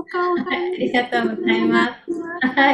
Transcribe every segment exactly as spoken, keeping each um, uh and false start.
顔があいい。 りがとうございます。はい。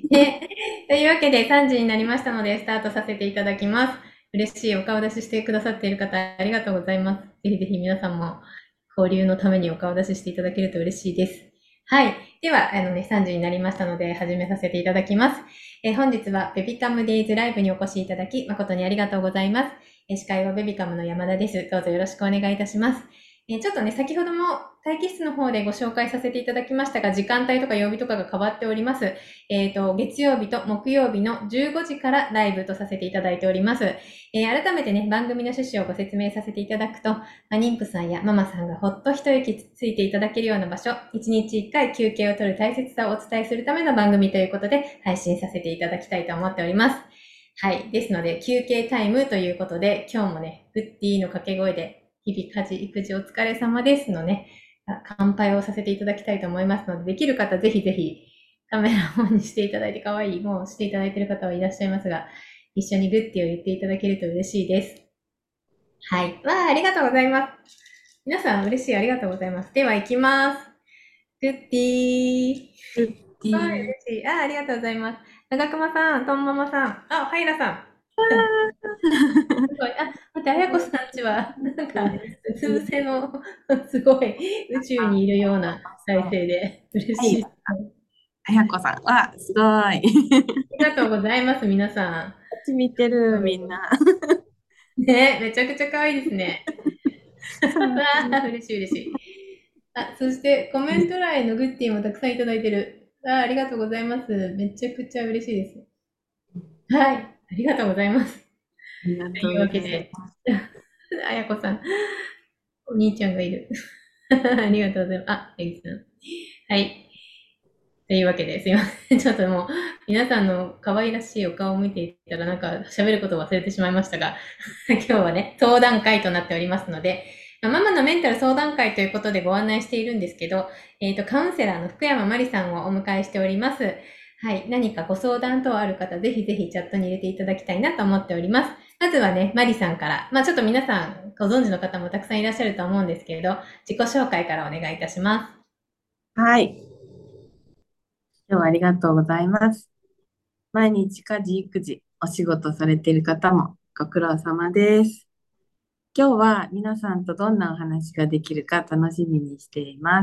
で、というわけでさんじになりましたので、スタートさせていただきます。嬉しいお顔出ししてくださっている方、ありがとうございます。ぜひぜひ皆さんも交流のためにお顔出ししていただけると嬉しいです。はい。では、あのね、さんじになりましたので、始めさせていただきます。えー本日はベビカムデイズライブにお越しいただき、誠にありがとうございます。えー司会はベビカムの山田です。どうぞよろしくお願いいたします。えーちょっとね、先ほども待機室の方でご紹介させていただきましたが、時間帯とか曜日とかが変わっております。えっ、と、月曜日と木曜日のじゅうごじからライブとさせていただいております。えー改めてね、番組の趣旨をご説明させていただくと、まあ、妊婦さんやママさんがほっと一息ついていただけるような場所、いちにちいっかい休憩を取る大切さをお伝えするための番組ということで、配信させていただきたいと思っております。はい。ですので、休憩タイムということで、今日もね、グッディの掛け声で、日々家事、育児お疲れ様ですのね、乾杯をさせていただきたいと思いますので、できる方ぜひぜひカメラをオンにしていただいて、可愛いもうしていただいている方はいらっしゃいますが、一緒にグッディを言っていただけると嬉しいです。はい。わあ、ありがとうございます。皆さん嬉しい、ありがとうございます。では行きます。グッディー。 グッデはい、 ィー。 嬉しい。あ、ありがとうございます。長熊さん、とんままさん、あ、ハイラさん。来たね。すごい。あ、待って、あやこさんちは、なんか、 嬉うつ伏しい。 せの、すごい、宇宙にいるような体そう。 勢で、嬉はい。 しい。 あやこさん。わ、すごい。 ありがとうございます、皆さこっち見てる、みんん。 な。 ね、めちゃくちゃ可愛いですね。 そう。 わあ、嬉しい嬉しい。あ、そしてコメント欄へのグッディもたくさんいただいてる。あ、ありがとうございます。めちゃくちゃ嬉しいです。はい、ありがとうございます。 ありがというとうございわけで、 ます。 あやこさん、お兄ちゃんがいる。ありがとうございます。あ、えぎさん。はい。というわけで、すいません。ちょっともう、皆さんの可愛らしいお顔を見ていたら、なんか喋ることを忘れてしまいましたが、今日はね、相談会となっておりますので、まあママのメンタル相談会ということでご案内しているんですけど、えっ、と、カウンセラーの福山まりさんをお迎えしております。はい。何かご相談等ある方、ぜひぜひチャットに入れていただきたいなと思っております。まずはね、まりさんから、まあちょっと皆さんご存知の方もたくさんいらっしゃると思うんですけれど、自己紹介からお願いいたします。 はい。今日はありがとうございます。毎日家事、育児、お仕事されている方もご苦労様です。今日は皆さんとどんなお話ができるか楽しみにしています。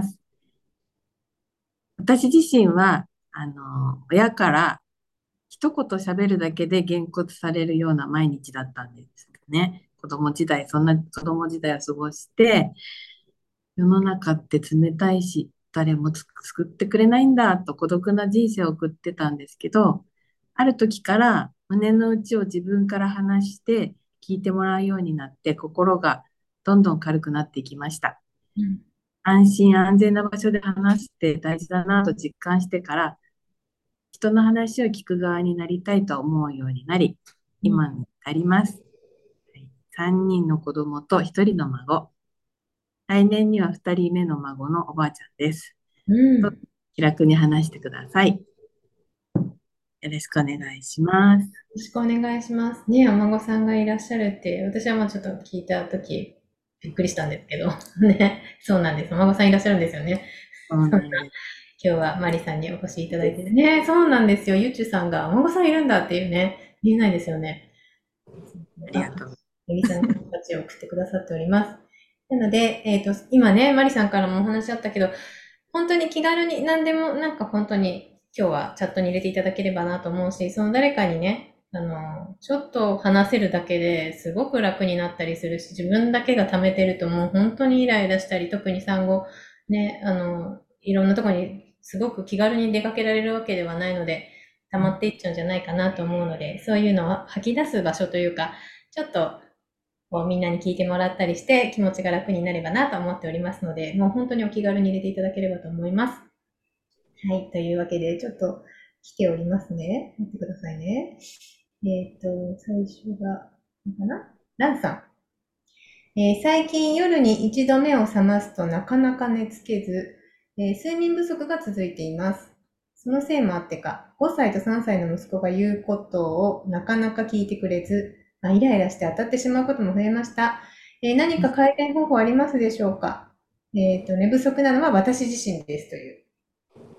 私自身は、あの、親から一言喋るだけでげんこつされるような毎日だったんですよね。子供時代、そんな子供時代を過ごして、世の中って冷たいし、誰もつ救ってくれないんだと孤独な人生を送ってたんですけど、ある時から胸の内を自分から話して聞いてもらうようになって、心がどんどん軽くなっていきました。 うん。 安心安全な場所で話すって大事だなと実感してから、人の話を聞く側になりたいと思うようになり、 うん。 今に至ります。さんにんの子供とひとりの孫。来年にはふたりめの孫のおばあちゃんです。 うとん。 気楽に話してください。よろしくお願いします。 ろしくお願いします。ね、お孫さんがいらっしゃるって、私はまあちょっと聞いたとき、びっくりしたんですけど、ね、そうなんです。お孫さんいらっしゃるんですよね。 そうそんな、 なんです。 今日はマリさんにお越しいただいてね、そうなんですよ。ゆうちゅさんがお孫さんいるんだっていうね、見えないですよね。あ、 ありがとう。 マリさんがたちを送ってくださっております。なので、えっ、と、今ね、マリさんからもお話あったけど、本当に気軽に何でもなんか本当に今日はチャットに入れていただければなと思うし、その誰かにね、あの、ちょっと話せるだけですごく楽になったりするし、自分だけが溜めてるともう本当にイライラしたり、特に産後、ね、あの、いろんなところにすごく気軽に出かけられるわけではないので、溜まっていっちゃうんじゃないかなと思うので、そういうのを吐き出す場所というか、ちょっとこうみんなに聞いてもらったりして気持ちが楽になればなと思っておりますので、もう本当にお気軽に入れていただければと思います。はい。というわけで、ちょっと来ておりますね。待ってくださいね。えっ、と、最初が、いいかなランさん。えー最近夜に一度目を覚ますとなかなか寝つけず、えー睡眠不足が続いています。そのせいもあってか、ごさいとさんさいの息子が言うことをなかなか聞いてくれず、まあ、イライラして当たってしまうことも増えました。えー何か改善方法ありますでしょうか？えっ、と、寝不足なのは私自身ですという。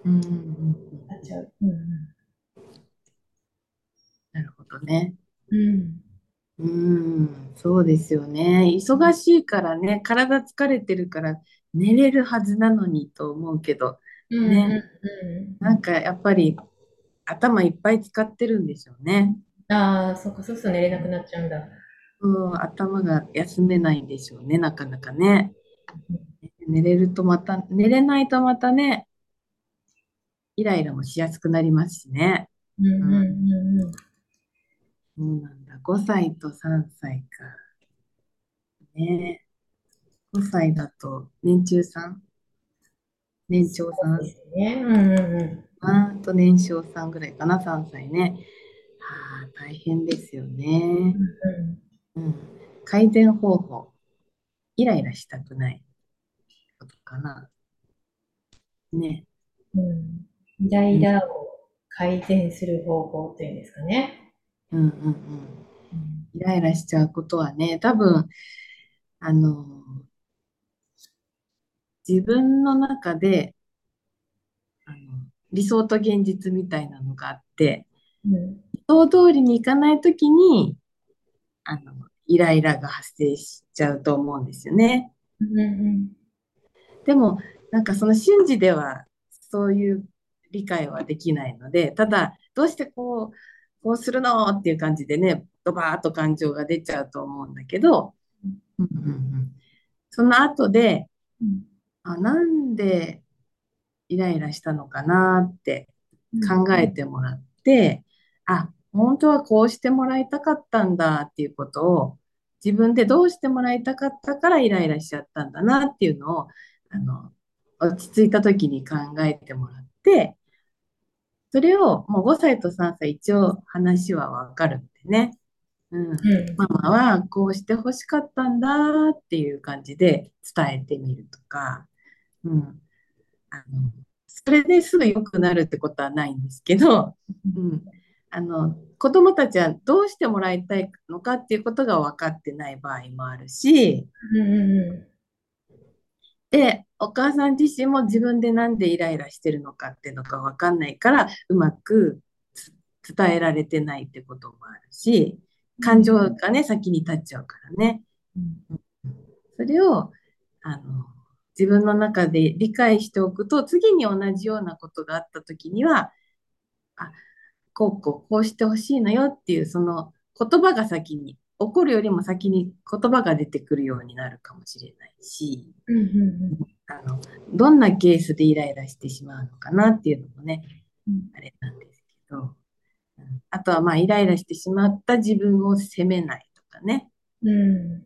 うんうんうん。 なっちゃう。うん。 なるほどね。 うん。 うん、そうですよね。忙しいからね、体疲れてるから寝れるはずなのにと思うけど、 うん。 ね、 うん。 なんかやっぱり頭いっぱい使ってるんでしょうね。 うん。ああ、そっか、そうすると寝れなくなっちゃうんだ。 うん、頭が休めないんでしょうね、なかなかね。寝れるとまた、寝れないとまたね、イライラもしやすくなりますしね。 うん。 うん、 うん。うん。うん。 そうなんだ。ごさいとさんさいか。ね。ごさいだと年中さん年長さんそうですね。うん。うん。うん。 あーと年少さんぐらいかな、さんさいね。はあ、大変ですよね。うん。改善方法。イライラしたくないことかな。ね。 うん。イラうん、 イラを改善する方法というんですかね。 うん、うん、うん。 うん。 イライラしちゃうことはね、多分、あの、自分の中で、あの、理想と現実みたいなのがあって、 うん。 理想通りにいかないときに、あの、イライラが発生しちゃうと思うんですよね。 うん。うん。 でも、なんかその瞬時ではそういう理解はできないので、ただ、どうしてこう、こうするのっていう感じでね、ドバーッと感情が出ちゃうと思うんだけど、うんうんうん、その後で、 うん。 あ、なんでイライラしたのかなってうん。 考えてもらって、あ、本当はこうしてもらいたかったんだっていうことを、自分でどうしてもらいたかったからイライラしちゃったんだなっていうのを、あの、落ち着いた時に考えてもらって、それをもうごさいとさんさい一応話はわかるんでね。うん。 うん。 ママはこうして欲しかったんだっていう感じで伝えてみるとか、うん。あの、それですぐ良くなるってことはないんですけど、うん。あの、子供たちはどうしてもらいたいのかっていうことが分かってない場合もあるし、 うん。うん。 で、お母さん自身も自分でなんでイライラしてるのかっていうのが分かんないから、うまく伝えられてないってこともあるし、感情がね、先に立っちゃうからね。 うん。 それを、あの、自分の中で理解しておくと、次に同じようなことがあった時には、あ、こうこう、こうしてほしいのよっていう、その言葉が先に、怒るよりも先に言葉が出てくるようになるかもしれないし、 うん。うん。 あの、どんなケースでイライラしてしまうのかなっていうのもね、 うん。 あれなんですけど、あとはまあ、イライラしてしまった自分を責めないとかね。 うん。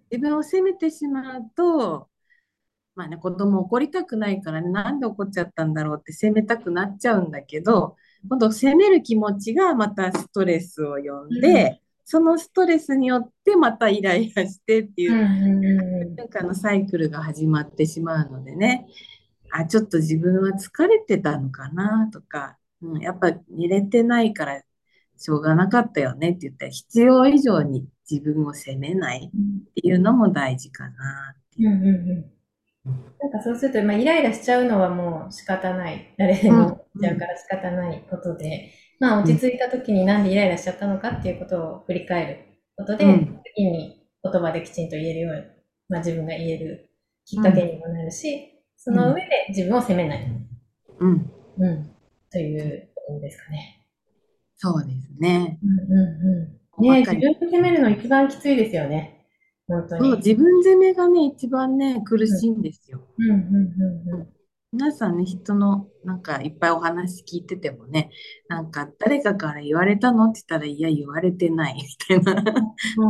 自分を責めてしまうと、まあね、子供怒りたくないからね、なんで怒っちゃったんだろうって責めたくなっちゃうんだけど、今度責める気持ちがまたストレスを呼んで、そのストレスによってまたイライラしてっていうん。 う、 うん。 なんかのサイクルが始まってしまうのでね、あ、ちょっと自分は疲れてたのかなとか、うん、やっぱ寝れてないからしょうがなかったよねって言ったら、必要以上に自分を責めないっていうのも大事かなっていう。 うん。うん。うん。なんかそうすると、まあ、イライラしちゃうのはもう仕方ない。誰でうん、 もしちゃうかうん、 ら仕方ないことで、まあうん、 落ち着いた時になんでイライラしちゃったのかっていうことを振り返ることで、 うん、 次に言葉できちんと言えるように、まあ自分が言えるきっうん、 かけにもなるし、そうん、 の上で自分を責めない。 うん、 うん。ということですかね。 そうですね。 うんうんうん。ねえ、 大掛かり。 自分を責めるの一番きついですよね。本当そう、 に。 自分責めがね、一番ね、苦うん。 しいんですよ。 うんうんうんうん。 皆さんね、人のなんかいっぱいお話聞いててもね、なんか誰かから言われたのって言ったら、いや、言われてないみたいな。 うん。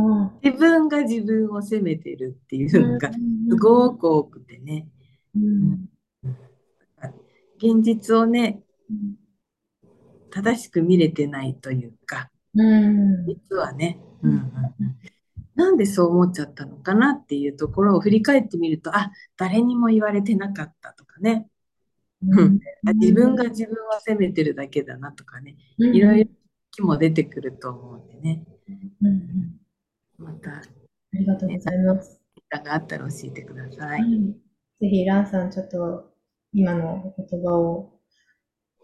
自分が自分を責めてるっていうんうのがすうんごく多くてね。 ううん、 ん。 現実をね、 うん。 正しく見れてないというか、 うん。 実はね、うんうんううん。 ん、なんでそう思っちゃったのかなっていうところを振り返ってみると、あ、誰にも言われてなかったとかね、うん、 うん。 あ、自分が自分を責めてるだけだなとかね、 うん。 いろいろ気も出てくると思うんでね、 うん。 また、 ありがとうごね、 ざいます。 何かがあったら教えてください。 はい。ぜひ、ランさん、ちょっと、今のお言葉を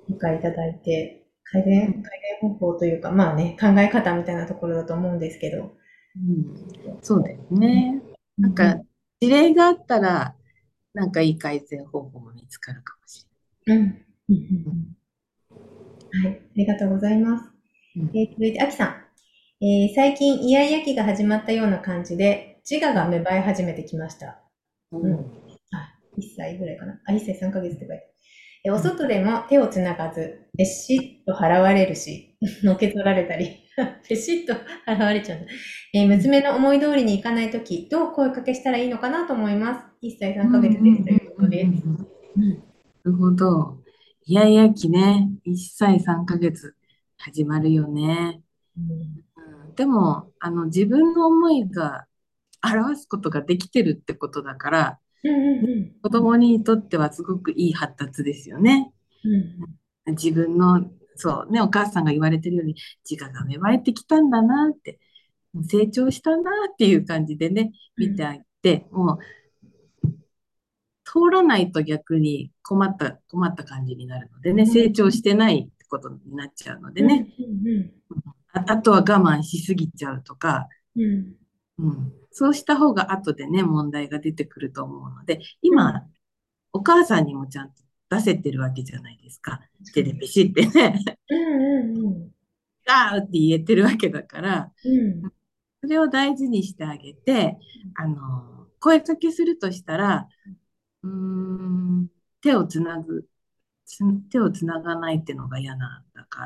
理解いただいて、改善、改善方法というか、まあね、考え方みたいなところだと思うんですけど。 うん、そうですね。 ね。 うんなんか、 うん。 事例があったら、なんかいい改善方法も見つかるかもしうん。うんうんれない。 うん。はい、ありがとうございます。 うん、 えー続いて、あきさん。えー最近、イヤイヤ期が始まったような感じで、自我が芽生え始めてきました。うん。 うん、 あ、いっさいぐらいかな。あ、いっさいさんかげつって書いてある。え、おうん、 外でも手をつながず、ペシッと払われるし、のけ取られたり、ペシッと払われちゃうんだ。えーうん、 娘の思い通りにいかないとき、どう声かけしたらいいのかなと思います。いっさい3 うん、 ヶ月うん、 ですといううん、 ことです。 うん。なうん。 るほど。イヤイヤ期ね、いっさいさんかげつ始まるよね。 うん。 うん、でも、あの、自分の思いが表すことができてるってことだから、 うんうん子供にとってはすごくいい発達ですよね。 うん。うん自分の、そうね、お母さんが言われてるように、自我が芽生えてきたんだなって、成長したなっていう感じでね、見てうん。 あげて、もう通らないと逆に困った、困った感じになるのでね、成長してないってことになっちゃうのでうんね、 うんあ、あとは我慢しすぎちゃうとか、 うん。 うん、そうした方が後でね、問題が出てくると思うので、 うん。 今、お母さんにもちゃんと出せてるわけじゃないですか。 確かに。 テレビシってね、 うんうんうん。 ガーって言えてるわけだから、 うん。 それを大事にしてあげて、あの、声かけするとしたら、うーん、手をつなぐ、つ手をつながないっていうのが嫌なんだから、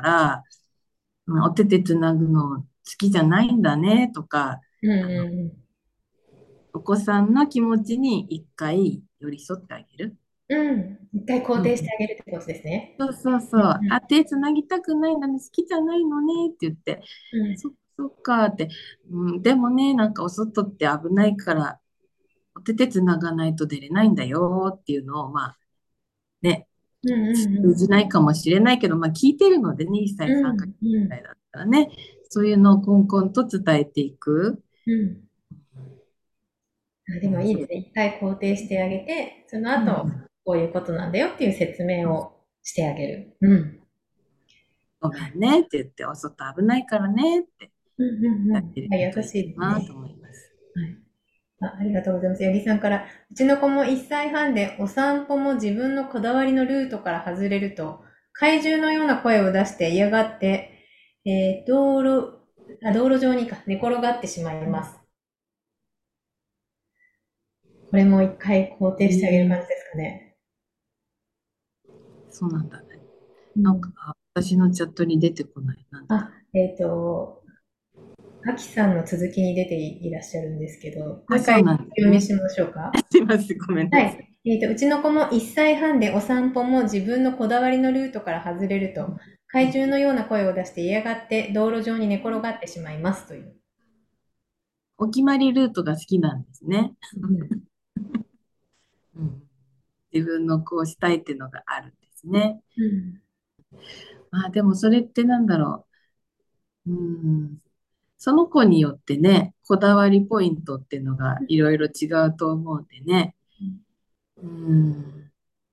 うん、お手手つなぐの好きじゃないんだねとか、 うんあの、 うん。 お子さんの気持ちに一回寄り添ってあげる。 うん。一回肯うん、 定してあげるってことですね。 そうそうそう。 うんあ、手つなぎたくないのに好きじゃないのねって言って、 うん。 そっかそっかって、うん、でもね、なんかお外って危ないから、お手手つながないと出れないんだよっていうのを、まあね、 うんうんうん。 通じないかもしれないけど、まあ聞いてるのでね、いっさいさんかげつうんうん。 ぐらいだったらね、そういうのをコンコンと伝えていく。 うん。あ、でうん、そう、 もいいですね。一回肯定してあげて、そのうん、う後、 ん、 こういうことなんだよっていう説明をしてあげる。うん。 ごめんねって言って、お外危ないからねってうんうんうやっん。あ、 てるといい優しいですかなとね。 思います。 はい。あ、ありがとうございます。八木さんから、うちの子もいっさいはんでお散歩も自分のこだわりのルートから外れると、怪獣のような声を出して嫌がって、えー道路、あ、道路上にか寝転がってしまいます。これも一回肯定してあげる感じええ、 ですかね。 そうなんだね。 うん。 なんか、あ、私のチャットに出てこない。なんでだあ、 ろう。 えっと、アキさんの続きに出ていらっしゃるんですけど、もうあ、 一回そうなんですね。 お読みしましょうか。 すいません。ごめんなはい。 さい。 えっと、うちの子もいっさいはんでお散歩も自分のこだわりのルートから外れると、怪獣のような声を出して嫌がって道路上に寝転がってしまいますという。 お決まりルートが好きなんですね。 うんうん、自分のこうしたいっていうのがあるんですね。 うん。 まあでもそれってなんだろう。うん、その子によってね、こだわりポイントっていうのがいろいろ違うと思うんでね。うん、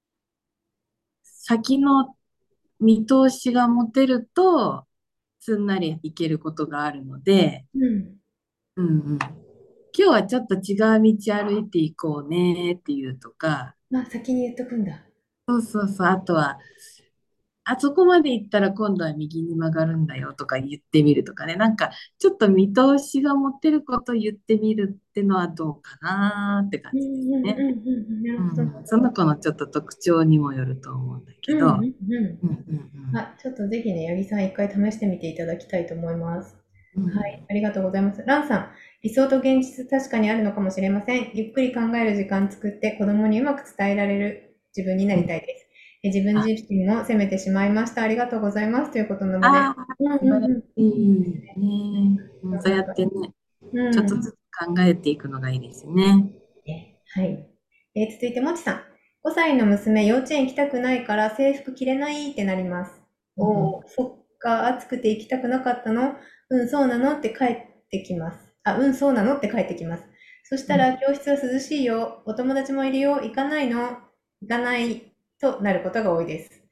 先の見通しが持てると、すんなりいけることがあるので、 うん。 うんうん、今日はちょっと違う道歩いていこうねっていうとか、 まあ、先に言っとくんだ。 そうそうそう、あとは、あそこまで行ったら今度は右に曲がるんだよとか言ってみるとかね、なんかちょっと見通しが持てることを言ってみるってのはどうかなって感うんうじですね。 んうんうん。なるほど、なうん、 るほど。 その子のちょっと特徴にもよると思うんだけど、 うんうんううんうんん。あ、ちょっとぜひね、八木さん一回試してみていただきたいと思います。 うん、うはい、 ん、 ありがとうございます。ランさん、理想と現実確かにあるのかもしれません。ゆっくり考える時間作って子供にうまく伝えられる自分になうん、 りたいです。え自分あ、 自身も責めてしまいました。ありがとうございますということなので。 あー、 うん素晴らうんうん。 しいね。うん、そうやなんか、 ってね、ちょっうん。 とずつ考えていくのがいいですね。 ねはい。えー続いて、もちさん。ごさいの娘、幼稚園行きたくないから制服着れないってなります。 うん、 おー、そっか、暑くて行きたくなかったのうん、そうなのって帰ってきます。あ、うん、そうなのって帰ってきます。そしうん、 たら、教室は涼しいよ。お友達もいるよ。行かないの行かないとなることが多いです。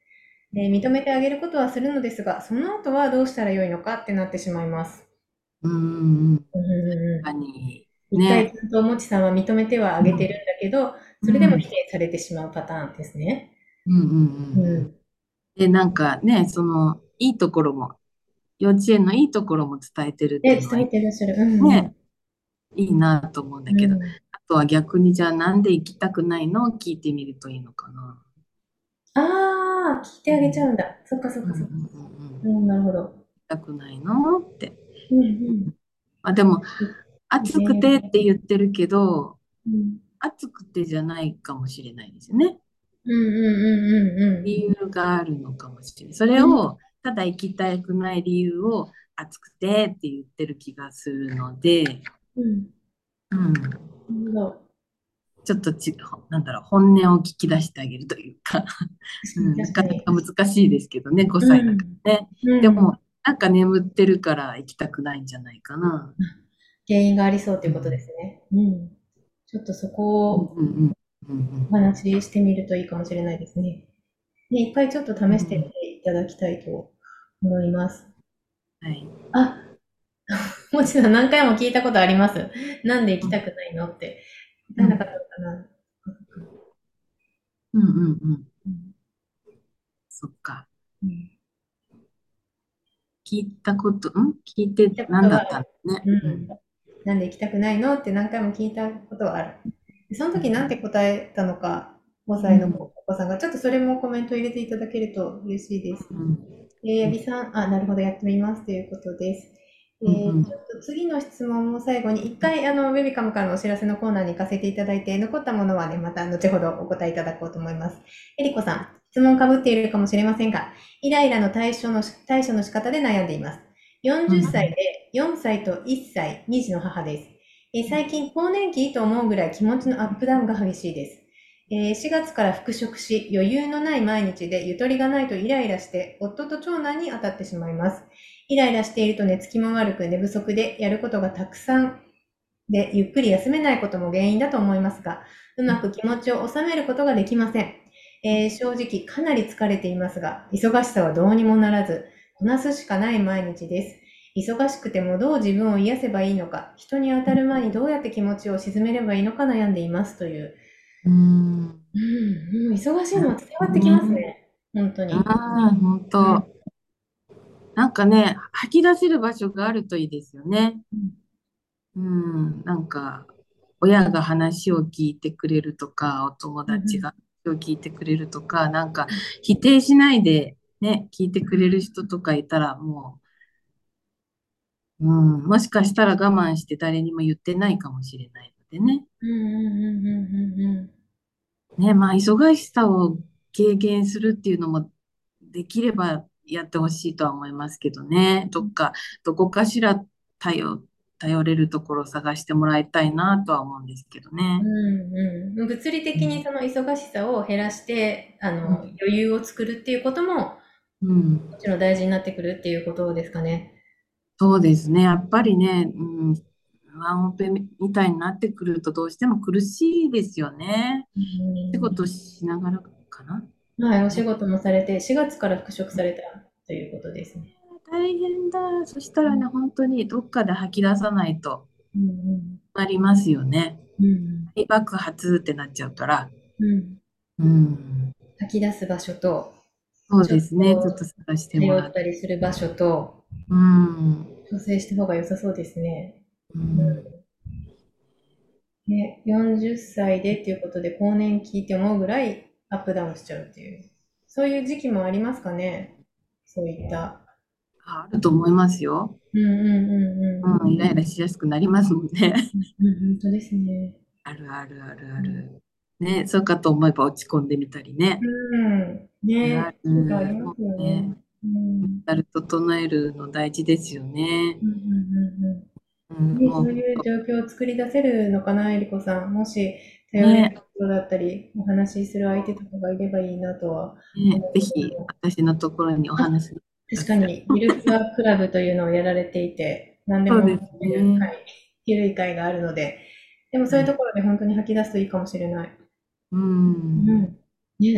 で、認めてあげることはするのですが、その後はどうしたらよいのかってなってしまいます。 うん、うん、 うんうんうん。 確かに。 一回ね。 ちゃんともちさんは認めてはあうん、 げてるんだけど、それでも否うん、 定されてしまうパターンですね。 うん、うん、うん。 うん。 で、なんかね、その、いいところも、幼稚園のいいところも伝えてるってで、 いうのは伝えてらっしゃる。うんうん。 ね、いいなと思うんだけど、 うん。 あとは逆にじゃあなんで行きたくないのを聞いてみるといいのかな。 ああ、聞いてあげちゃうん、 うんだ。そっかそっうん、うん、 かそっか。 うん。うん、行うん、なるほど。 きたくないのって。 うんうん。 あ、でも、暑くてね。 って言ってるけど、 うん。 暑くてじゃないかもしれないですよね。 うんうんうんうん理由があるのかもしれない。それうん。 を、ただ行きたくない理由を暑くてって言ってる気がするので、 うん。 うん、 なるほど。 ちょっとち、なんだろう、本音を聞き出してあげるというか、うん、なか確かに。 なか難しいですけどね、 うごさいだかん。 らね。 うん。 でも、なんか眠ってるから行きたくないんじゃないかな。 原因がありそうということでうん、 すね。うん。ちょっとそこうん、 をうん、うん、 お話ししてみるといいかもしれないですね。ね、一回ちょっと試うん、 してみうん、 ていただきたいと思います。 はい。 あ、もちろん何回も聞いたことあります。なんで行きたくないのって。 うん、 答えなかったのかな。 うん、うん、うん、 うん。 そっか。 うん。 聞いたこと、ん聞いて聞いたことは、 何だったのね。 うん。 うん。 なんで行きたくないのって何回も聞いたことはある。でその時なんて答えたのか、ごさいのおうん。 子さんが、ちょっとそれもコメント入れていただけると嬉しいです。 うん。 えー、八うん。 木さん、あ、なるほど、やってみますということです。えうん。 ー、 うん。 ちょっと次の質問も最後に、一回、あの、ウェビカムからのお知らせのコーナーに行かせていただいて、残ったものはね、また後ほどお答えいただこうと思います。えりこさん、質問かぶっているかもしれませんが、イライラの対処の対処の仕方で悩んでいます。 う 40歳ん。 でよんさいといっさい、に児の母です。えー最近、更年期と思うぐらい気持ちのアップダウンが激しいです。えーしがつから復職し、余裕のない毎日でゆとりがないとイライラして、夫と長男に当たってしまいます。イライラしていると寝つきも悪く寝不足でやることがたくさんでゆっくり休めないことも原因だと思いますが、うまく気持ちを収めることができません。えー正直かなり疲れていますが、忙しさはどうにもならず、こなすしかない毎日です。忙しくてもどう自分を癒せばいいのか、人に当たる前にどうやって気持ちを鎮めればいいのか悩んでいますという。 うん。 うん、もう忙しいなるのは伝わってきますほどね。 ね。本当あに。 あ、本うん。 当。なんかね、吐き出せる場所があるといいですよね。 うん。 うん。なんか、親が話を聞いてくれるとか、お友うん。 達が話を聞いてくれるとか、なんか、否定しないでね、聞いてくれる人とかいたら、もう、うん、もしかしたら我慢して誰にも言ってないかもしれないのでね。 うんうんうんうんうんうん。 ね、まあ、忙しさを軽減するっていうのもできればやってほしいとは思いますけどね。どっか、どこかしら頼、頼れるところを探してもらいたいなとは思うんですけどうね。 んうん。物理的にうん。 その忙しさを減らして、あの、 うん。 余裕を作るっていうことも、もうん、 ちろん大事になってくるっていうことですかね。 そうですね。やっぱりね、うん、ワンオペみたいになってくるとどうしても苦しいですよね。 うん。 仕事しながらかな。 はい、お仕ね。 事もされて、しがつから復職されたということですね。 大変だ。そしたうんらね、本当にどっかで吐き出さないとうんなりますよね。 うん。 大爆発ってなっちゃうから。 うん。うん。 うん。 吐き出す場所と、 そうちょっですね。ちょっとと探してもらって。 頼ったりする場所と、 うん。 調整した方が良さそうですね。 うん。 ね、よんじゅっさいでっていうことで、更年期って思うぐらいアップダウンしちゃうっていう。そういう時期もありますかね。そういった。 あると思いますよ。 うんうんうんうん。イライラしやすくなりますもんね。 うん。うん、本当ですね。 あるあるあるうん。 ある。ね。そうかと思えば落ち込んでみたりね。 うん。ね、 あるあなんかありる。もますようね。 ね。うん。 メンタル整えるの大事ですよね。 うんうんうんうん。 うん。 ね、 もうそういう状況を作り出せるのかな、えりこさん。もし、頼れるね。 人だったり、お話しする相手とかがいればいいなとは思ね。 うぜひけれども。 私のところにおあ、 話しください。 確かに、ゆるふわクラブというのをやられていて、何でも話そうですせるね。 会、ゆるい会があるので、でもそういうはい。 ところで本当に吐き出すといいかもしれない。 うん。 うん。ね。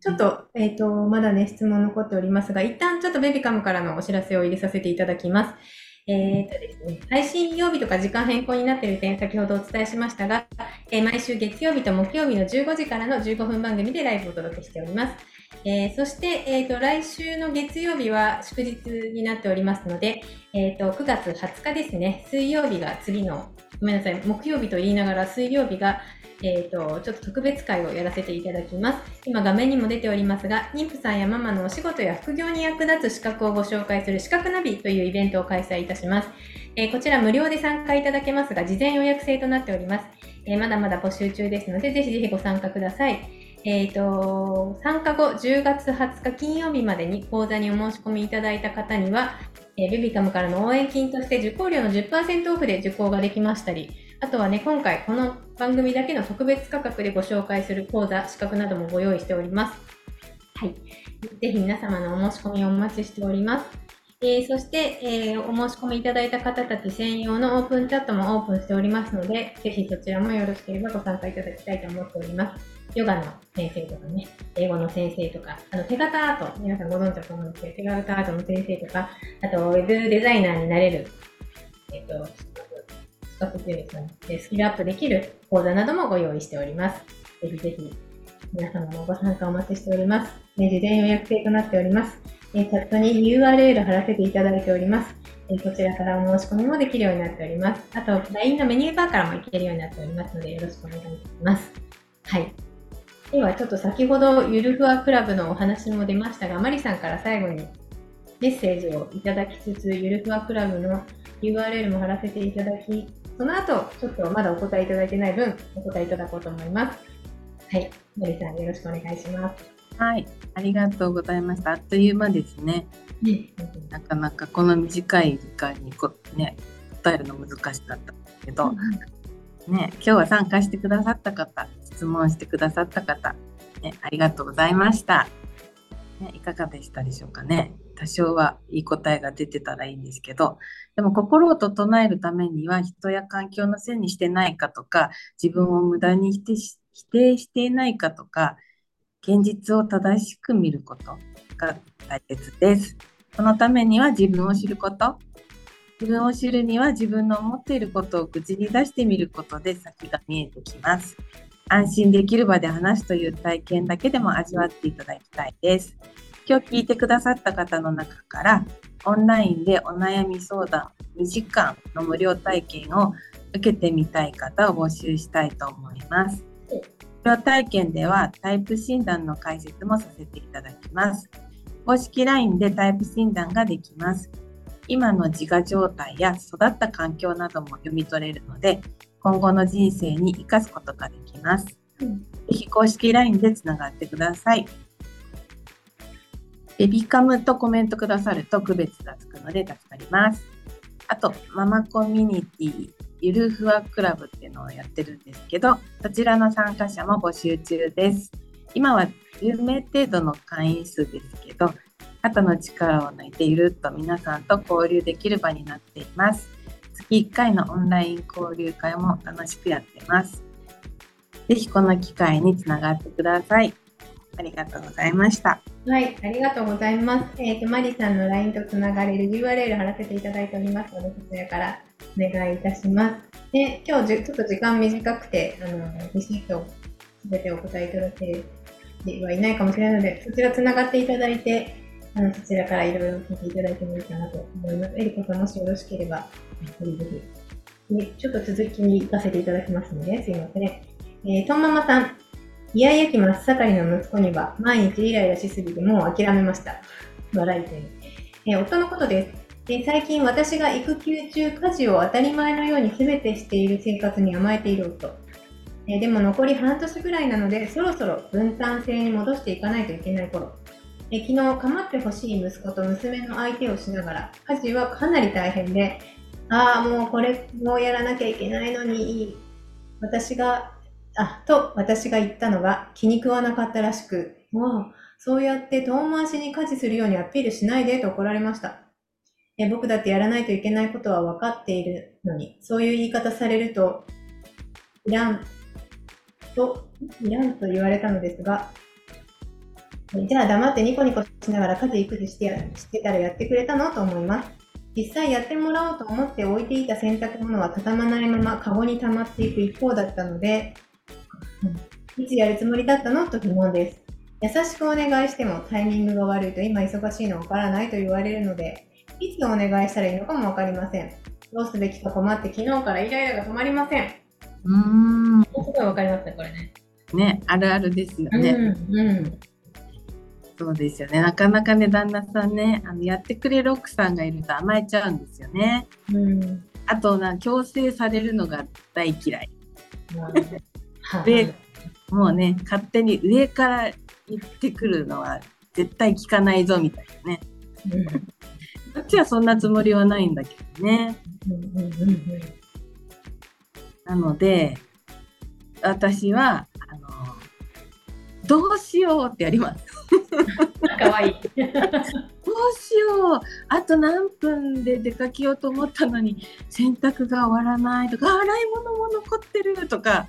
ちょっと、えっと、まだね、質問残っておりますが、一旦ちょっとベビカムからのお知らせを入れさせていただきます。えっとですね、配信曜日とか時間変更になっている点、先ほどお伝えしましたが、えー毎週月曜日と木曜日のじゅうごじからのじゅうごふん番組でライブをお届けしております。えーそして、えっと、来週の月曜日は祝日になっておりますので、えっと、くがつはつかですね、水曜日が次の、ごめんなさい、木曜日と言いながら水曜日が、えっと、ちょっと特別会をやらせていただきます。今画面にも出ておりますが、妊婦さんやママのお仕事や副業に役立つ資格をご紹介する資格ナビというイベントを開催いたします。えーこちら無料で参加いただけますが、事前予約制となっております。えーまだまだ募集中ですので、ぜひぜひご参加ください。えっと、参加後じゅうがつはつか金曜日までに講座にお申し込みいただいた方には、えーベビカムからの応援金として受講料の じゅっパーセント オフで受講ができましたり、あとはね、今回この番組だけの特別価格でご紹介する講座、資格などもご用意しております。はい。ぜひ皆様のお申し込みをお待ちしております。えーそして、えーお申し込みいただいた方たち専用のオープンチャットもオープンしておりますので、ぜひそちらもよろしければご参加いただきたいと思っております。ヨガの先生とかね、英語の先生とか、あの手形アート、皆さんご存知だと思うんですけど、手形アートの先生とか、あとウェブデザイナーになれる、えっ、と、資格っていうんですかね、でスキルアップできる講座などもご用意しております。ぜひぜひ皆様のご参加お待ちしております。ね、事前予約制となっております。えーチャットに ユーアールエル 貼らせていただいております。えーこちらからお申し込みもできるようになっております。あと、ライン のメニューバーからも行けるようになっておりますので、よろしくお願いいたします。はい。では、ちょっと先ほど、ゆるふわクラブのお話も出ましたが、マリさんから最後にメッセージをいただきつつ、ゆるふわクラブの ユーアールエル も貼らせていただき、その後、ちょっとまだお答えいただいてない分、お答えいただこうと思います。はい。マリさん、よろしくお願いします。 はい、ありがとうございました。あっという間ですね。 ね、 なかなかこの短い時間にこ、ね、答えるの難しかったんですけど、ね、今日は参加してくださった方、質問してくださった方、ね、ありがとうございました。ね、いかがでしたでしょうかね。多少はいい答えが出てたらいいんですけど、でも心を整えるためには人や環境のせいにしてないかとか、自分を無駄に否定し、否定していないかとか、現実を正しく見ることが大切です。そのためには自分を知ること、自分を知るには自分の思っていることを口に出してみることで先が見えてきます。安心できる場で話すという体験だけでも味わっていただきたいです。今日聞いてくださった方の中からオンラインでお悩み相談にじかんの無料体験を受けてみたい方を募集したいと思います。無料体験ではタイプ診断の解説もさせていただきます。公式 ライン でタイプ診断ができます。今の自我状態や育った環境なども読み取れるので、今後の人生に生かすことができます。 うん、 ぜひ公式 ライン でつながってください。ベビカムとコメントくださると区別がつくので助かります。あと、ママコミュニティゆるふわクラブっていうのをやってるんですけど、そちらの参加者も募集中です。今はじゅうめい程度の会員数ですけど、肩の力を抜いてゆるっと皆さんと交流できる場になっています。月いっかいのオンライン交流会も楽しくやってます。ぜひこの機会につながってください。ありがとうございました。 はい、ありがとうございます。えっ、と、マリさんの ライン とつながれる ユーアールエル 貼らせていただいておりますので、こちらからお願いいたします。で、今日じゅちょっと時間短くて、あの、ビシッと全てお答えいただけてはいないかもしれないので、そちらつながっていただいて、あの、そちらからいろいろ聞いていただいてもいいかなと思います。エリコさん、もしよろしければ、ぜひぜひ。でちょっと続きに行かせていただきますので、すいません。えー、とんママさん。イヤイヤ期真っ盛りの息子には毎日イライラしすぎてもう諦めました。笑いという。えー夫のことです。で最近私が育休中家事を当たり前のように全てしている生活に甘えている夫。えーでも残り半年ぐらいなのでそろそろ分担制に戻していかないといけない頃。えー昨日構ってほしい息子と娘の相手をしながら家事はかなり大変で、ああもうこれもうやらなきゃいけないのに私があ、と私が言ったのが気に食わなかったらしく、もうそうやって遠回しに家事するようにアピールしないでと怒られました。え僕だってやらないといけないことは分かっているのに、そういう言い方されると、いらんと、いらんと言われたのですが、 じゃあ黙ってニコニコしながら家事育児してやしてたらやってくれたのと思います。実際やってもらおうと思って置いていた洗濯物は畳まないままカゴに溜まっていく一方だったので、いつやるつもりだったのと疑問です。優しくお願いしてもタイミングが悪いと今忙しいのわからないと言われるので、いつお願いしたらいいのかもわかりません。どうすべきか困って昨日からイライラが止まりません。 うーん。 すごいわかりますね、これね。 ね、あるあるですよね。 うん、うん。 そうですよね。なかなかね、旦那さんね、あのやってくれる奥さんがいると甘えちゃうんですよね。 うん。 あとな、強制されるのが大嫌い。 はい。 で、もうね、勝手に上から言ってくるのは絶対聞かないぞみたいなね。 うん。 こっちはそんなつもりはないんだけどね。 うんうんうんうん。 なので、私は、あの、どうしようってやります。 かわいい。 どうしよう、あと何分で出かけようと思ったのに洗濯が終わらないとか、洗い物も残ってるとか。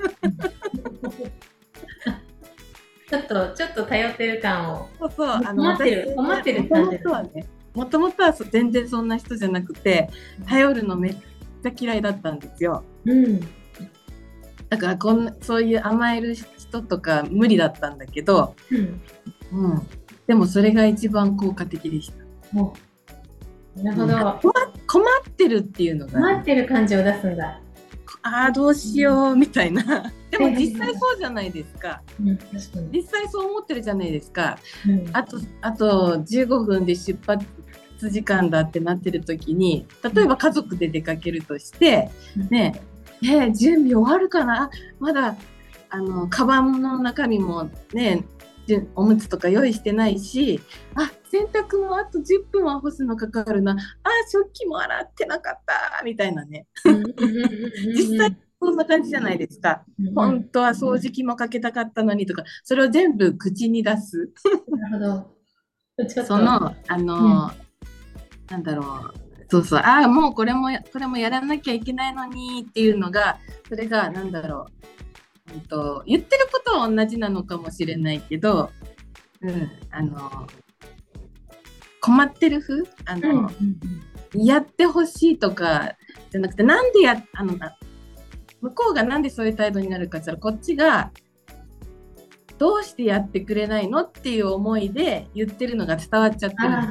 ちょっと、ちょっと頼ってる感を。 そうそう、あの、 困ってる、 私困ってるもと感じ。 もとはね、もともとは全然そんな人じゃなくて、頼るのめっちゃ嫌いだったんですよ。 うん。 だからこんな、そういう甘える人とか無理だったんだけど、 うん。 うん、でもそれが一番効果的でした。 もう、なるほど。 困困ってるっていうのが、 困ってる感じを出すんだ。 ああどうしようみたいな。でも実際そうじゃないですか。 うん、確かに。 実際そう思ってるじゃないですか。 うん、 あとあとじゅうごふんで出発時間だってなってる時に、例えば家族で出かけるとして、ねえ、えー、準備終わるかな、まだあのカバンの中身もねおむつとか用意してないし、あ洗濯もあとじゅっぷんは干すのかかるな、あ食器も洗ってなかったみたいなね。実際そんな感じじゃないですか。本当は掃除機もかけたかったのにとか、それを全部口に出す。 なるほど。 そのあの、うん、なんだろう、そうそう、ああもうこれもこれもやらなきゃいけないのにっていうのが、それがなんだろう、うんと、言ってることは同じなのかもしれないけど、うん、あの困ってる風、あの、うんうんうん、やってほしいとかじゃなくて、なんでやあの向こうがなんでそういう態度になるかって言ったら、こっちがどうしてやってくれないのっていう思いで言ってるのが伝わっちゃってるんです。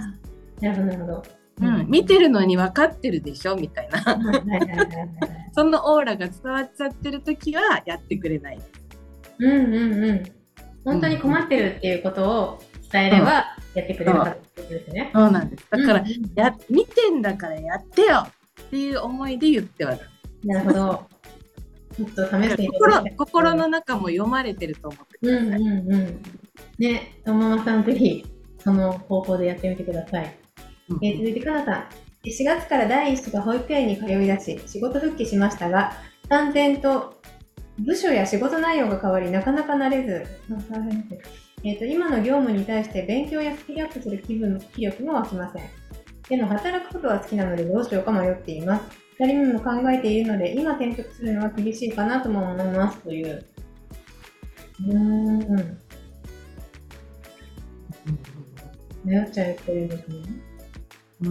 なるほど、なるほど。 うん、見てるのに分かってるでしょみたいなそのオーラが伝わっちゃってる時はやってくれない。 うんうんうん。本当に困ってるっていうことを伝えればやってくれるってことですね。 そうなんです。だから、うんうん、や見てんだからやってよっていう思いで言ってはなるほど。ちょっと試してみて心心の中も読まれてると思ってください。うんうんうん。 ね、ともまさんぜひその方法でやってみてください。うん、えー、続いてかなさん。しがつから第一子が保育園に通い出し、仕事復帰しましたが、淡々と部署や仕事内容が変わり、なかなか慣れず、えーと、今の業務に対して勉強やスキルアップする気分、気力も湧きません。でも働くことは好きなのでどうしようか迷っています。ふたりめも考えているので、今転職するのは厳しいかなとも思いますという。うーん。迷っちゃうっていうんですね。 うん。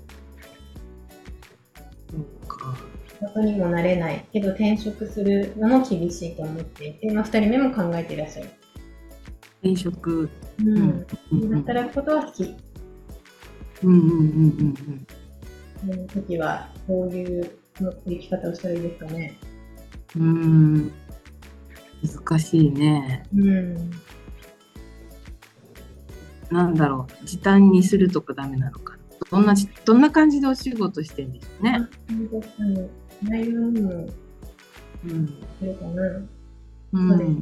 そうか。 仕事にもなれないけど転職するのも厳しいと思っていて、まあ、ふたりめも考えていらっしゃる。 転職。 うん。うん、働くことは好き。 うんうんうんうんうん。その時はこういう生き方をしたらいいですかね。 うん。難しいね。 うん。 なんだろう、時短にするとかダメなのかな。どんなどんな感じでお仕事してるんですね。 そうですね。内容にもよるかな。うん、そうですね。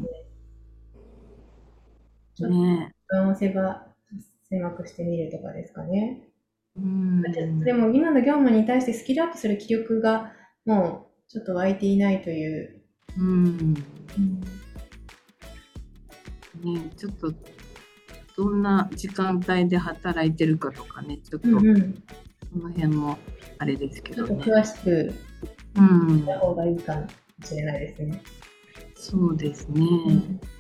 ちょっと時間を狭くしてみるとかですかね。うん、でも今の業務に対してスキルアップする気力がもうちょっと湧いていないという。うん。 うん、ね、ちょっとどんな時間帯で働いてるかとかね、ちょっと、 うんうん、 その辺もあれですけどね。 ちょっと詳しく聞いた方がいいかもしれないですね。 そうですね。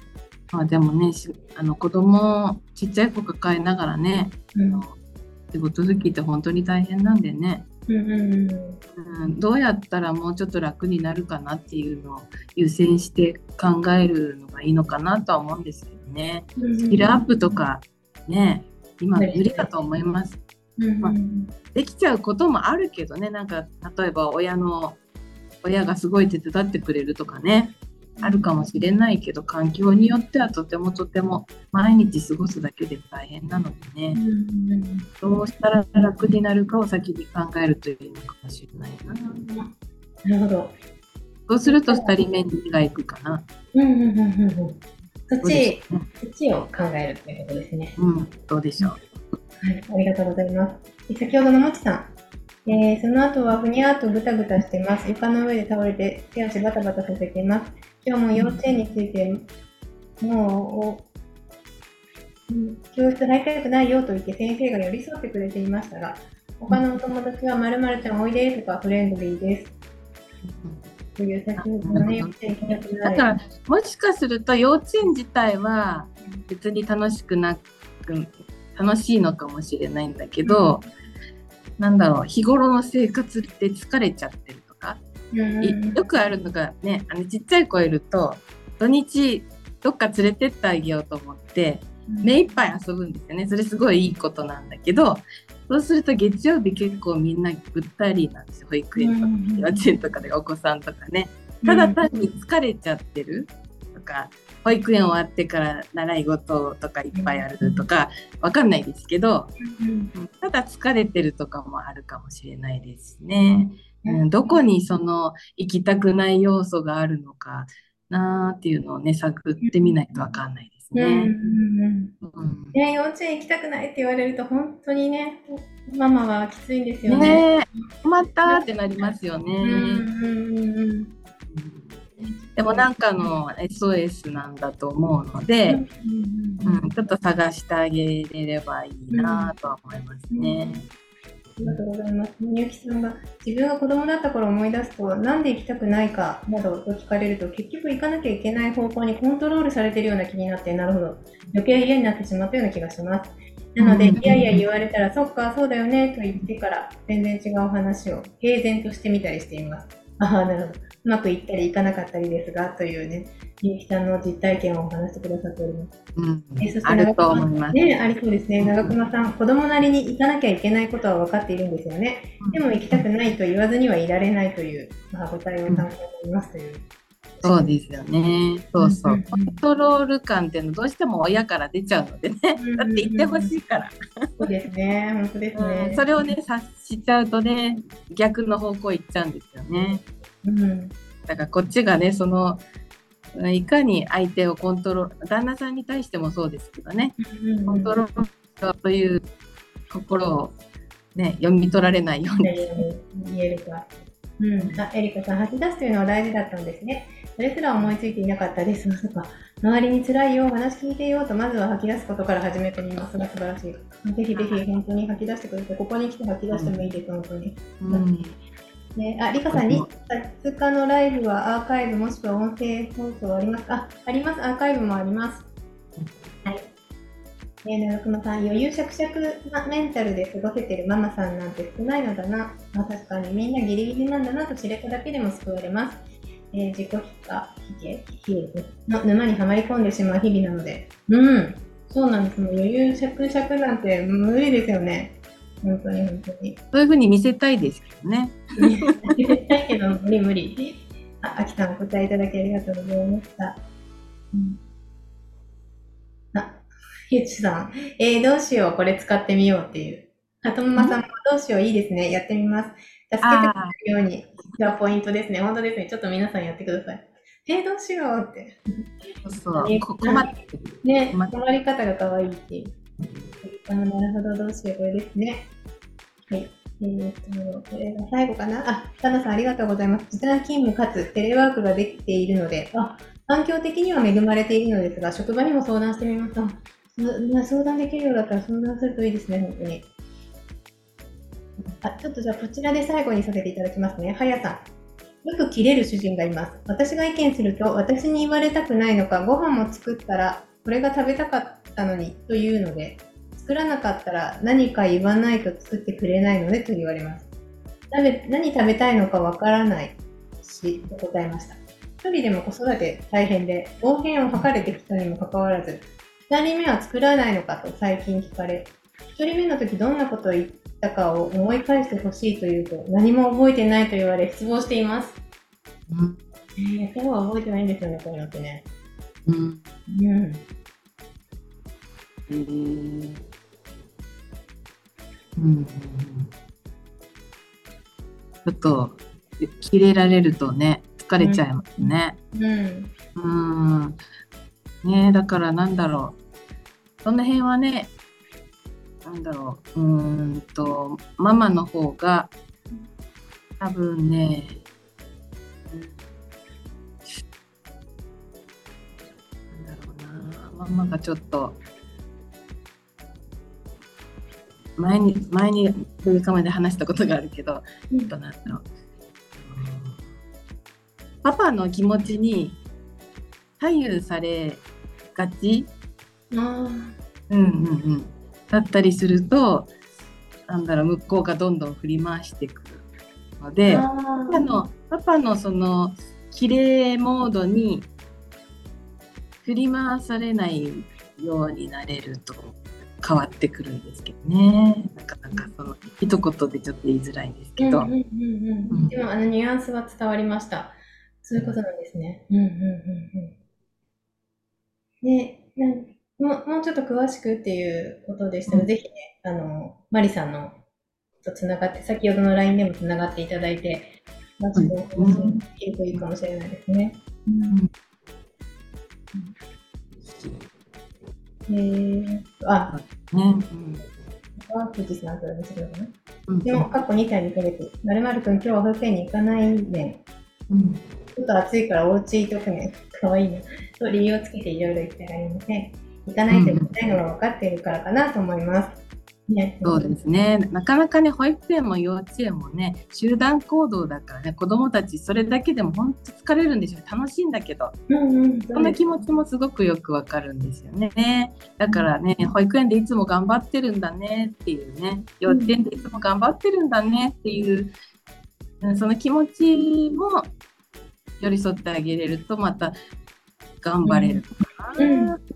まあでもね、しあの子供、ちっちゃい子抱えながらね、 うん。 あの仕事好きって本当に大変なんでね、 うんうんうん。 うん、どうやったらもうちょっと楽になるかなっていうのを優先して考えるのがいいのかなとは思うんですけどね。 うんうんスキルアップとかね、今無理しない。 無理だと思います。 うんうんうまあ、 ん。 できちゃうこともあるけどね、なんか例えば親の親がすごい手伝ってくれるとかね、あるかもしれないけど、環境によってはとてもとても毎日過ごすだけで大変なのでね、 うんうんうん。 どうしたら楽になるかを先に考えるというのかもしれないな。 なるほど。 そうするとふたりめに手がいくかな。 うんうんうんうんうん。そっどうでしち、 ょうね。 そっちを考えるということですね。 うん、どうでしょう。 はい、ありがとうございます。で先ほどのもちさん、えーその後はふにゃーっとぐたぐたしてます。床の上で倒れて手足バタバタさせています。今日も幼稚園について、もう、うん教室入りたくないよと言って先生が寄り添ってくれていましたが、他のお友達はまるまるちゃんおいでとかフレンドリーです。という先ほどのね、幼稚園行きたくない。 だからもしかすると幼稚園自体は別に楽しくなく楽しいのかもしれないんだけど、なんだろう、日頃の生活って疲れちゃってるとか、 うんうんいうんよくあるのがね、あのちっちゃい子いると土日どっか連れてってあげようと思って目いっぱい遊ぶんですよね。それすごいいいことなんだけど、そうすると月曜日結構みんなぐったりなんですよ。保育園とか幼稚園とかでお子さんとかね。ただ単に疲れちゃってるとか、保育園終わってから習い事とかいっぱいあるとかわかんないですけど、ただ疲れてるとかもあるかもしれないですね。うん、どこにその行きたくない要素があるのかなーっていうのをね、探ってみないとわかんないですうんうんね。 うんうん、 ね、幼稚園行きたくないって言われると本当にね、ママはきついんですよね。 ねえ、困ったーってなりますようんうんね。 うんうん。 でもなんかの エスオーエス なんだと思うので、うん、ちょっと探してあげれればいいなとは思いますね。 ありがとうございます。みゆきさんが自分が子供だった頃思い出すと、なんで行きたくないかなどと聞かれると、結局行かなきゃいけない方向にコントロールされているような気になって、なるほど。余計嫌になってしまったような気がします。なので、 うん、 いやいや言われたら、そっか、そうだよねと言ってから、全然違う話を平然としてみたりしています。ああ、なるほど。うまくいったりいかなかったりですが、というね、みゆきさんの実体験をお話してくださっております。 うん、 えそしてあると長熊、 思います。 ね、ありそうですね。長熊さん、子供なりに行かなきゃいけないことは分かっているんですよね。でも行きたくないと言わずにはいられないという、まあ、答えを参考になりますという。 そうですよね。そうそう。コントロール感っていうのどうしても親から出ちゃうのでね。だって言ってほしいから。 そうですね。本当ですね。 うん、それをね、察しちゃうとね、逆の方向行っちゃうんですよね。 うん。 だからこっちがね、その、いかに相手をコントロール、旦那さんに対してもそうですけどね、コントロールという心をね、読み取られないように。 言えるか。うん。あ、エリカさん、吐き出すというのは大事だったんですね。それすら思いついていなかったです。まさか。周りに辛いよ、話聞いてよと、まずは吐き出すことから始めてみますが、素晴らしい。ぜひぜひ、本当に吐き出してください。ここに来て吐き出してもいいです、本当に。 うんね、あ、リカさん、にがつかのライブはアーカイブもしくは音声放送ありますか？あ、あります。アーカイブもあります。はい。ね、長熊さん、余裕しゃくしゃくなメンタルで過ごせてるママさんなんて少ないのだな。まあ、確かにみんなギリギリなんだなと知れただけでも救われます。えー、自己皮下、皮膚の沼にはまり込んでしまう日々なので。うん。そうなんです。もう余裕しゃくしゃくなんて無理ですよね。本当に本当に。 そういうふうに見せたいですけどね。 見せたいけど、無理無理。あ、あきさんお答えいただきありがとうございました。うん、あ、ゆちさん、えー、どうしよう、これ使ってみようっていう。あともまさんもどうしよう、いいですね。やってみます。助けてくれるようにがポイントですね。本当ですね。ちょっと皆さんやってください。えー、どうしようって。 そうそう。困ってる。 ね、困り方が可愛いっていう。あ、なるほど、どうしよう、これですね。はい。えーと、これが最後かな。あ、タナさんありがとうございます。時短勤務かつテレワークができているので、あ、環境的には恵まれているのですが、職場にも相談してみました。相談できるようだったら相談するといいですね、本当に。あ、ちょっとじゃあこちらで最後にさせていただきますね。はやさん。 よく切れる主人がいます。私が意見すると、私に言われたくないのか、ご飯も作ったら、これが食べたかったのにというので、作らなかったら何か言わないと作ってくれないのでと言われます。食べ何食べたいのかわからないし、と答えました。一人でも子育て大変で、暴言を吐かれてきたにもかかわらず、二人目は作らないのかと最近聞かれ、一人目の時どんなことを言ったかを思い返してほしいと言うと、何も覚えてないと言われ失望しています。 うん。 えー、今日は覚えてないんですよね、こういうのってね。 うん。 うん。 えーうん。ちょっと、切れられるとね、疲れちゃいますね。 うん。 うん。ね、だからなんだろう。その辺はね、なんだろう。うーんと、ママの方が、多分ね、なんだろうな。ママがちょっと、前に、前に、ベビカムで話したことがあるけど、 うんえっと、なんだろう。パパの気持ちに左右されがち、 ああ。 うんうんうん、だったりすると、なんだろう、向こうがどんどん振り回してくるので、 あパパの、パパのその、綺麗モードに振り回されないようになれると変わってくるんですけどね。なかなかその、一言でちょっと言いづらいんですけど。 うんうんうんうん。でも、あの、ニュアンスは伝わりました。そういうことなんですね。うんうんうんうん。で、なんもう、もうちょっと詳しくっていうことでしたら、 うんぜひね、あの、マリさんのとつながって、先ほどの ライン でもつながっていただいて、詳しくお話できるといいかもしれないですね。 うんえー、あ、 ねうんは富士山と見せるかな。 うんでも、過去にかいにかげつ、まるまるくん今日は保育園に行かないねん。 うんちょっと暑いからお家いとくね。かわいいね。と理由をつけていろいろ言ってられません。行かないといけないのが分かっているからかなと思います。ね。 そうですね。なかなかね、保育園も幼稚園もね、集団行動だからね、子どもたちそれだけでも本当疲れるんでしょう。楽しいんだけど、 うんうん。 そんな気持ちもすごくよくわかるんですよね。だからね、保育園でいつも頑張ってるんだねっていうね、幼稚園でいつも頑張ってるんだねっていう、うんその気持ちも寄り添ってあげれると、また頑張れるかな。 うん。 ね。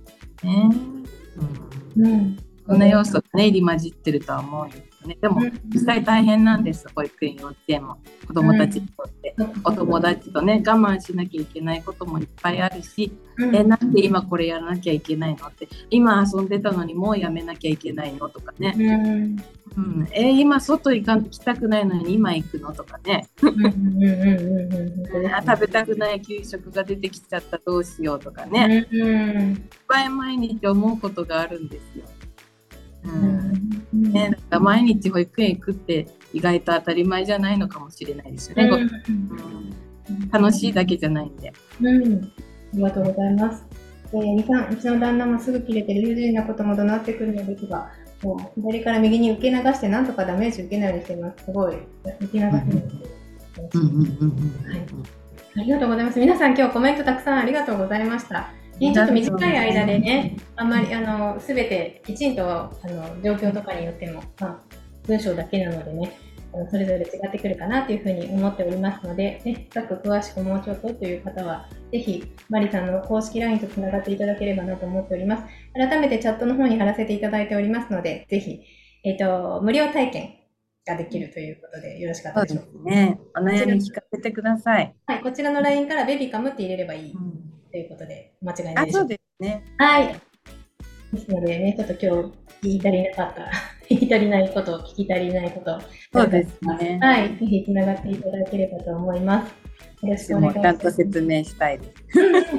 うん。うん。 そんな要素がね、入り混じってるとは思うんですよね。でも、実際大変なんです、保育園、幼稚園も。子どもたちにとって。お友達とね、我慢しなきゃいけないこともいっぱいあるし、 うん、 え、なんで今これやらなきゃいけないのって、今遊んでたのにもうやめなきゃいけないのとかね。 うんうん、え、今外行か行きたくないのに今行くのとかね。 うんうんうんうんあ食べたくない給食が出てきちゃったどうしようとかね。 うんうんいっぱい毎日思うことがあるんですよ。うんうんね、なんか毎日保育園行くって意外と当たり前じゃないのかもしれないですよね。ごうん楽しいだけじゃないんで。 うん、ありがとうございます。えー、にさん、うちの旦那もすぐ切れて理不尽なことも怒鳴ってくるのですが、もう左から右に受け流してなんとかダメージ受けないようにしています。すごい。受け流せるんですよ。 うんうんうんうんありがとうございます。皆さん今日コメントたくさんありがとうございました。ね、ちょっと短い間でね、あんまりあのすべてきちんとあの状況とかによっても、まあ、文章だけなのでね、あのそれぞれ違ってくるかなというふうに思っておりますので、ね、深く詳しくもうちょっとという方は、ぜひマリさんの公式 ライン とつながっていただければなと思っております。改めてチャットの方に貼らせていただいておりますので、ぜひ、えっと、無料体験ができるということでよろしかったでしょうか。 そうですね。お悩み聞かせてください。 はい、こちらの ライン からベビーカムって入れればいいということで、間違いないでしょうか。 あ、そうですね。 はい。ですのでね、ちょっと今日言い足りなかった、言い足りないこと、聞き足りないこと、 そうですね。 はい、ぜひつながっていただければと思います。よろしくお願いします。 ちゃんと説明したいです。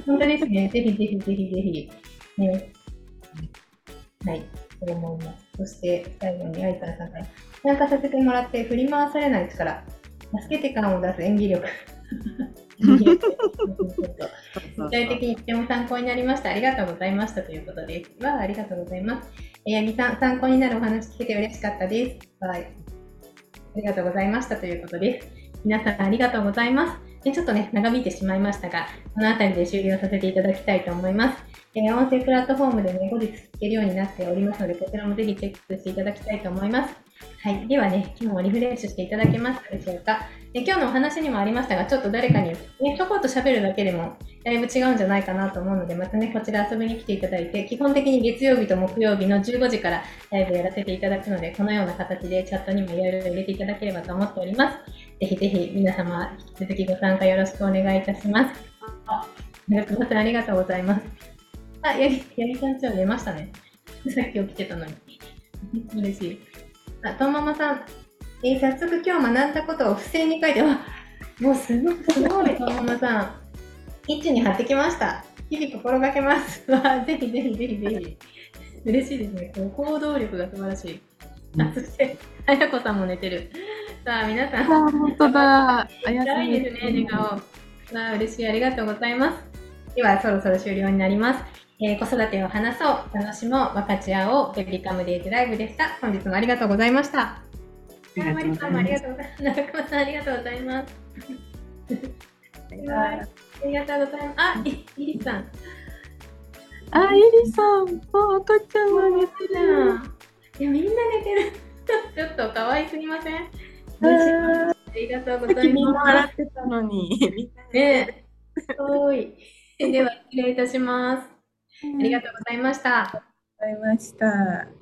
本当ですね。ぜひぜひぜひぜひ。ね。はい、そう思います。そして最後に愛さんさんから参加させてもらって振り回されない力、助けて感を出す演技力。具体的にとても参考になりました。ありがとうございましたということです。わあ、ありがとうございます。え八木さん、参考になるお話聞けて嬉しかったです。はい。ありがとうございましたということです。皆さんありがとうございます。 でちょっとね、長引いてしまいましたが、この辺りで終了させていただきたいと思います。えー音声プラットフォームでね、後日聞けるようになっておりますので、こちらもぜひチェックしていただきたいと思います。はい。ではね、今日もリフレッシュしていただけましたでしょうか。で今日のお話にもありましたが、ちょっと誰かに、ね、ちょこっと喋るだけでも、だいぶ違うんじゃないかなと思うので、またね、こちら遊びに来ていただいて、基本的に月曜日と木曜日のじゅうごじからライブやらせていただくので、このような形でチャットにもいろいろ入れていただければと思っております。ぜひぜひ皆様、引き続きご参加よろしくお願いいたします。あ、長久保さんありがとうございます。あ、やり、やりさんちは出ましたね。さっき起きてたのに。嬉しい。あ、ともまさん、えー早速今日学んだことを付箋に書いて、わ、もうすごい、すごい、ともまさん。キッチンに貼ってきました。日々心がけます。わ、ぜひぜひぜひぜひ。嬉しいですね。こう行動力が素晴らしい。あ、そして、あやこさんも寝てる。さあ、皆さん。 あ、本当だ。あや辛いですね、寝顔。わあ、嬉しい。ありがとうございます。では、そろそろ終了になります。えー子育てを話そう、楽しもう、分かち合おう、ベビカムデイズライブでした。本日もありがとうございました。 ありがとうございマリさんもあります。 がとうございます。中熊さん、ありがとうございます。 バイバイ。 ありがとうございます。あ、い、いりさん。 あ、ゆりさん、あ、赤ちゃんが寝てる。 いや、みんな寝てる。ちょっと可愛すぎません？ あ嬉しい。 ーありがとうごさっざいきみんな笑まってたのに。みんなす。 寝てる。 ねえ、すごい。では、失礼いたします。ありがとうございました。 ありがとうございました。